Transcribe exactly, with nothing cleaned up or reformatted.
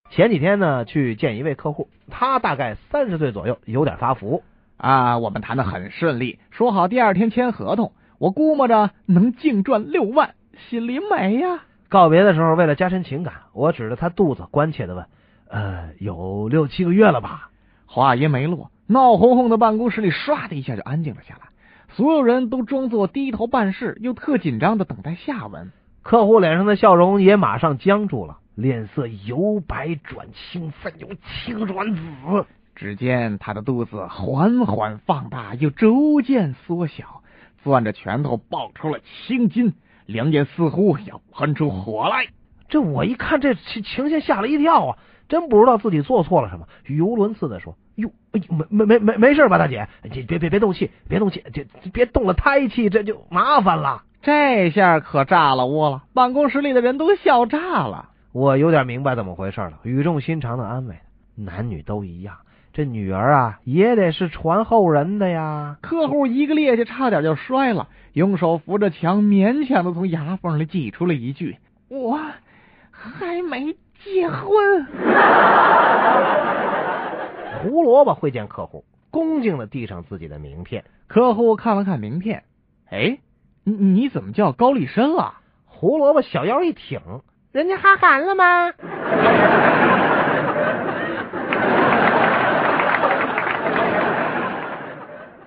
前几天呢，去见一位客户，他大概三十岁左右，有点发福啊。我们谈得很顺利，说好第二天签合同，我估摸着能净赚六万，心里美呀。 告别的时候，为了加深情感，我指着他肚子，关切地问：“呃，有六七个月了吧？” 话音没落，闹哄哄的办公室里唰的一下就安静了下来，所有人都装作低头办事，又特紧张的等待下文。 客户脸上的笑容也马上僵住了，脸色由白转青，分由青转紫。 只见他的肚子缓缓放大，又逐渐缩小，攥着拳头爆出了青筋，两眼似乎要喷出火来。 这我一看这情形，吓了一跳啊！真不知道自己做错了什么，语无伦次的说：“哟，没没没没没事吧，大姐？别别别别动气，别动气，这别动了胎气，这就麻烦了。” 这下可炸了窝了，办公室里的人都笑炸了。 我有点明白怎么回事了，语重心长的安慰：“男女都一样，这女儿啊也得是传后人的呀。” 客户一个趔趄，差点就摔了，用手扶着墙，勉强的从牙缝里挤出了一句：“我还没结婚。” 胡萝卜会见客户，恭敬的递上自己的名片。 客户看了看名片，哎，你你怎么叫高丽参啊？ 胡萝卜小腰一挺，人家哈韩了吗？